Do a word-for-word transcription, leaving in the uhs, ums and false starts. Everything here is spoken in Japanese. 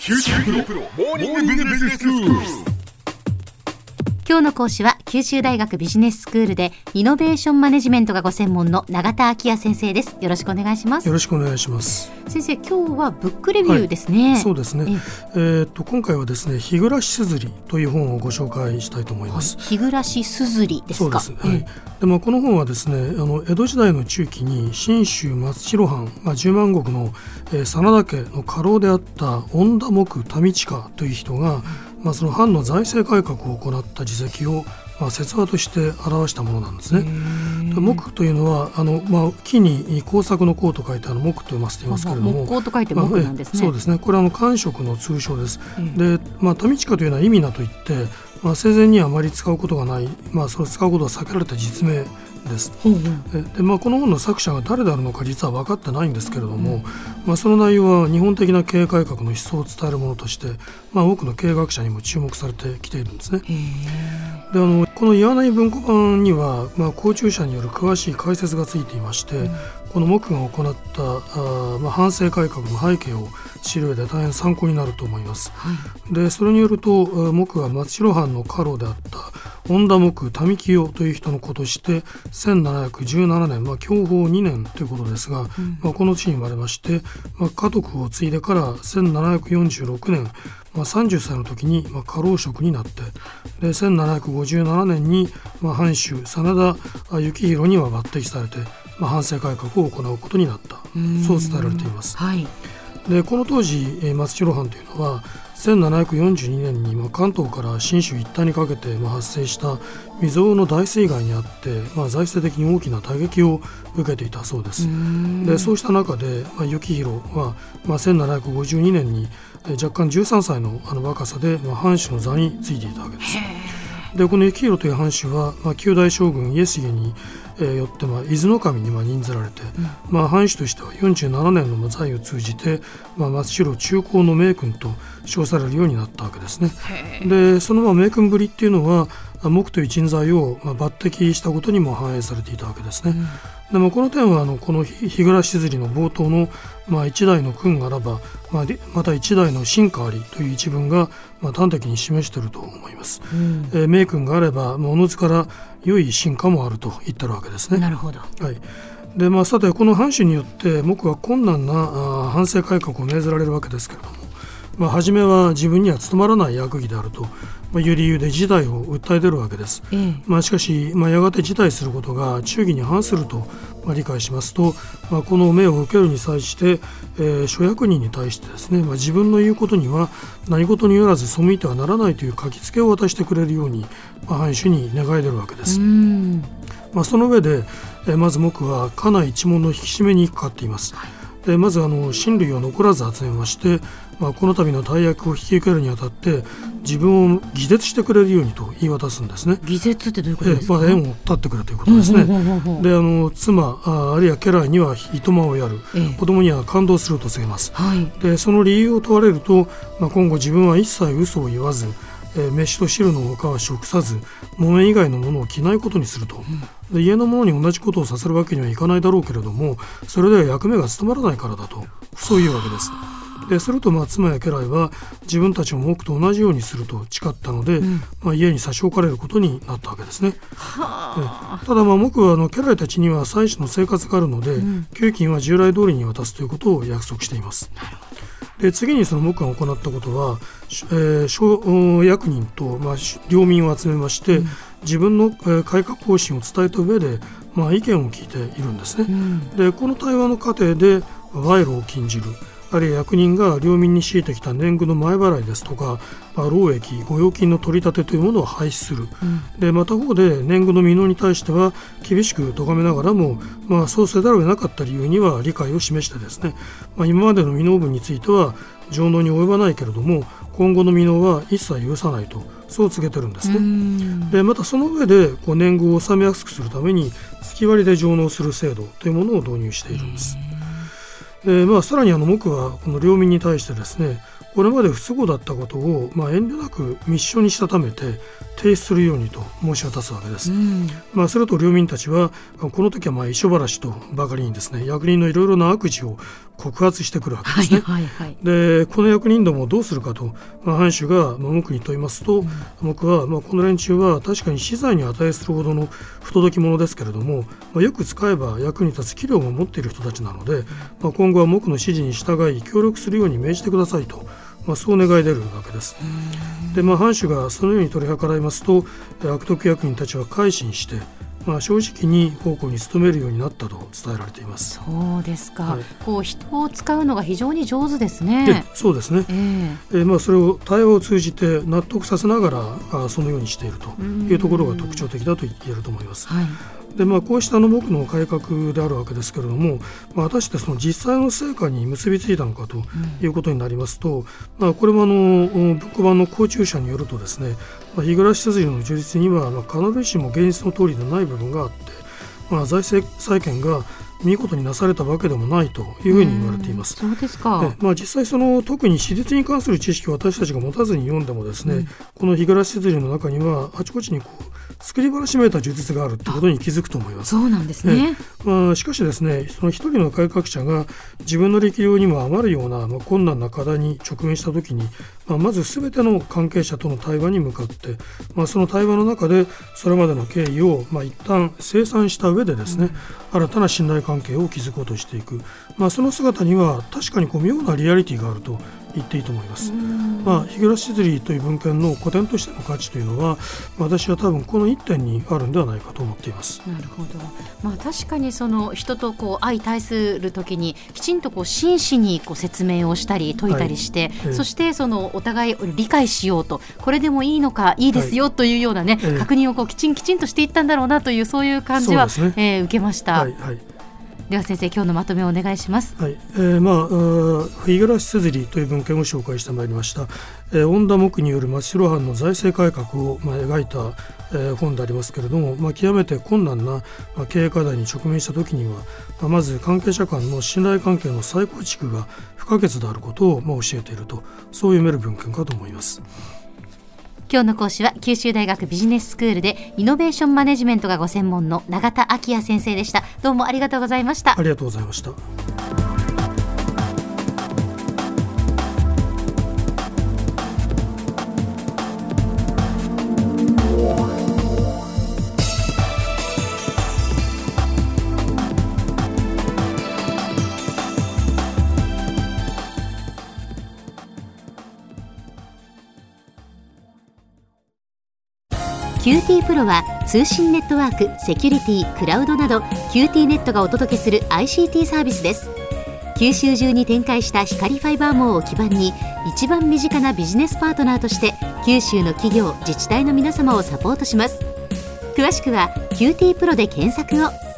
九州大学モーニングビジネススクール。 今日の講師は九州大学ビジネススクールでイノベーションマネジメントがご専門の永田昭也先生です。よろしくお願いします。 よろしくお願いします。 先生、今日はブックレビューですね。 はい、そうですね。えー、っと今回はですね、日暮すずりという本をご紹介したいと思います。 はい、日暮すずりですか。 そうです、はい。でまあ、この本はですね、あの江戸時代の中期に信州松代藩、まあ、十万石の、えー、真田家の家老であった恩田木民親という人が、うんまあ、その藩の財政改革を行った事績を、まあ、説話として表したものなんですね。木というのはあの、まあ、木に工作の工と書いてあの木と読ませていますけれども、 木工と書いて木なんですね。 まあ、そうですね。これはあの官職の通称です。で、まあ、民親というのは意味なといって、まあ、生前にはあまり使うことがない、まあ、それを使うことが避けられた実名です。うんうん、でまあ、この本の作者が誰であるのか実は分かってないんですけれども、うんまあ、その内容は日本的な経営改革の思想を伝えるものとして、まあ、多くの経営学者にも注目されてきているんですね。であのこの岩内文庫版には、まあ、校中者による詳しい解説がついていまして、うん、この木が行ったあ、まあ、藩政改革の背景を知る上で大変参考になると思います。はい、でそれによると木が松代藩の家老であった恩田木民清という人の子としてせんななひゃくじゅうななねん、まあ、享保にねんということですが、うんまあ、この地に生まれまして、まあ、家督を継いでからせんななひゃくよんじゅうろくねん、まあ、さんじゅっさいの時に、まあ、家老職になってでせんななひゃくごじゅうななねんに、まあ、藩主真田幸宏には抜擢されて、まあ、藩政改革を行うことになった、そう伝えられています。はい、でこの当時松代藩というのはせんななひゃくよんじゅうにねんに、まあ、関東から信州一帯にかけて、まあ、発生した未曾有の大水害にあって、まあ、財政的に大きな打撃を受けていたそうです。でそうした中で、まあ、幸宏は、まあ、せんななひゃくごじゅうにねんに若干じゅうさんさい の, あの若さで、まあ、藩主の座についていたわけです。でこの幸宏という藩主は、まあ、旧大将軍家重によって、まあ、伊豆守にまあ任ずられて、うんまあ、藩主としてはよんじゅうななねんの在位を通じて、まあ、松代中興の名君と称されるようになったわけですね。でそのまあ名君ぶりっていうのは木という人材をまあ抜擢したことにも反映されていたわけですね。うんでもこの点はあのこの日暮しずりの冒頭の、まあ、一代の君あらば、まあ、また一代の臣下ありという一文が、まあ、端的に示していると思います。うんえー、名君があればおのずから良い臣下もあると言ってるわけですね。 なるほど。 はいでまあ、さてこの藩主によって木は困難なあ藩政改革を命ぜられるわけですけれども、まあ、初めは自分には務まらない役儀であるという理由で辞退を訴え出るわけです。ええまあ、しかし、まあ、やがて辞退することが忠義に反すると、まあ、理解しますと、まあ、この命を受けるに際して、えー、諸役人に対してですね、まあ、自分の言うことには何事によらず背いてはならないという書きつけを渡してくれるように、まあ、藩主に願い出るわけです。うんまあ、その上で、えー、まず木は家内一門の引き締めにかかっています。でまずあの親類を残らず集めまして、まあ、この度の大役を引き受けるにあたって自分を義絶してくれるようにと言い渡すんですね。 義絶ってどういうことですか。 えまあ、縁を断ってくれということですね。であの妻 あ, あるいは家来にはいとまをやる、ええ、子供には感動すると告げます。はい、でその理由を問われると、まあ、今後自分は一切嘘を言わずえー、飯と汁のほかは食さず木綿以外のものを着ないことにすると、うん、で家の者に同じことをさせるわけにはいかないだろうけれどもそれでは役目が務まらないからだとそういうわけです。でするとまあ妻や家来は自分たちを木と同じようにすると誓ったので、うんまあ、家に差し置かれることになったわけですね。はただまあ木はあの家来たちには妻子の生活があるので、うん、給金は従来通りに渡すということを約束しています。なるほど。で次にその木が行ったことは、えー、諸役人と、まあ、領民を集めまして、うん、自分の、えー、改革方針を伝えた上で、まあ、意見を聞いているんですね。うん、でこの対話の過程で賄賂を禁じるあるいは役人が領民に強いてきた年貢の前払いですとか、まあ、労役御用金の取り立てというものを廃止する、うん、でまた方で年貢の未納に対しては厳しく咎めながらも、まあ、そうせざるを得なかった理由には理解を示してですね、まあ、今までの未納分については上納に及ばないけれども今後の未納は一切許さないとそう告げてるんですね。でまたその上でこう年貢を納めやすくするために月割りで上納する制度というものを導入しているんです。 でまあ、さらにあの僕はこの領民に対してですね、これまで不都合だったことを、まあ、遠慮なく密書にしたためて提出するようにと申し渡すわけです、うんまあ、すると領民たちはこの時はまあ遺書ばらしとばかりにですね、役人のいろいろな悪事を告発してくるわけですね、はいはいはい、でこの役人どもをどうするかと、まあ、藩主がまあ僕に問いますと、うん、僕はまあこの連中は確かに死罪に値するほどの不届き者ですけれども、まあ、よく使えば役に立つ器量も持っている人たちなので、うんまあ、今後は僕の指示に従い協力するように命じてくださいと、まあ、そう願い出るわけです。で、まあ、藩主がそのように取り計らいますと、悪徳役人たちは改心して、まあ、正直に奉公に努めるようになったと伝えられています。 そうですか、はい、こう人を使うのが非常に上手ですね。 でそうですね、えーえーまあ、それを対話を通じて納得させながらあそのようにしているというところが特徴的だと言えると思います。はいでまあ、こうしたの僕の改革であるわけですけれども、まあ、果たしてその実際の成果に結びついたのかということになりますと、うんまあ、これもあの文庫版の公中社によるとですね、まあ、日暮硯の充実には、まあ、必ずしも現実の通りでない部分があって、まあ、財政再建が見事になされたわけでもないというふうに言われています。 そうですか。 まあ、実際その特に史実に関する知識を私たちが持たずに読んでもですね、うん、この日暮硯の中にはあちこちにこう作り話しめいた叙述があるということに気づくと思います。 そうなんですね。 まあ、しかしですね、その一人の改革者が自分の力量にも余るような、まあ、困難な課題に直面したときに、まあ、まず全ての関係者との対話に向かって、まあ、その対話の中でそれまでの経緯を、まあ、一旦清算した上でですね、うん、新たな信頼関係を築こうとしていく、まあ、その姿には確かにこう妙なリアリティがあると言っていいと思います。まあ、日暮硯という文献の古典としての価値というのは、私は多分この一点にあるんではないかと思っています。 なるほど、まあ、確かにその人とこう相対するときにきちんとこう真摯にこう説明をしたり説いたりして、はいえー、そしてそのお互い理解しようと、これでもいいのかいいですよというようなね、はいえー、確認をこうきちんきちんとしていったんだろうなという、そういう感じは、ねえー、受けました。はいはい。では先生、今日のまとめをお願いします。 はいえーまあ、日暮硯という文献を紹介してまいりました。えー、恩田木による松代藩の財政改革を、まあ、描いた、えー、本でありますけれども、まあ、極めて困難な、まあ、経営課題に直面したときには、まあ、まず関係者間の信頼関係の再構築が不可欠であることを、まあ、教えていると、そう読める文献かと思います。 今日の講師は九州大学ビジネススクールでイノベーションマネジメントがご専門の永田昭也先生でした。どうもありがとうございました。 ありがとうございました。 キューティー プロは通信ネットワーク、セキュリティ、クラウドなど キューティー ネットがお届けする アイシーティー サービスです。九州中に展開した光ファイバー網を基盤に、一番身近なビジネスパートナーとして九州の企業、自治体の皆様をサポートします。詳しくは キューティー プロで検索を。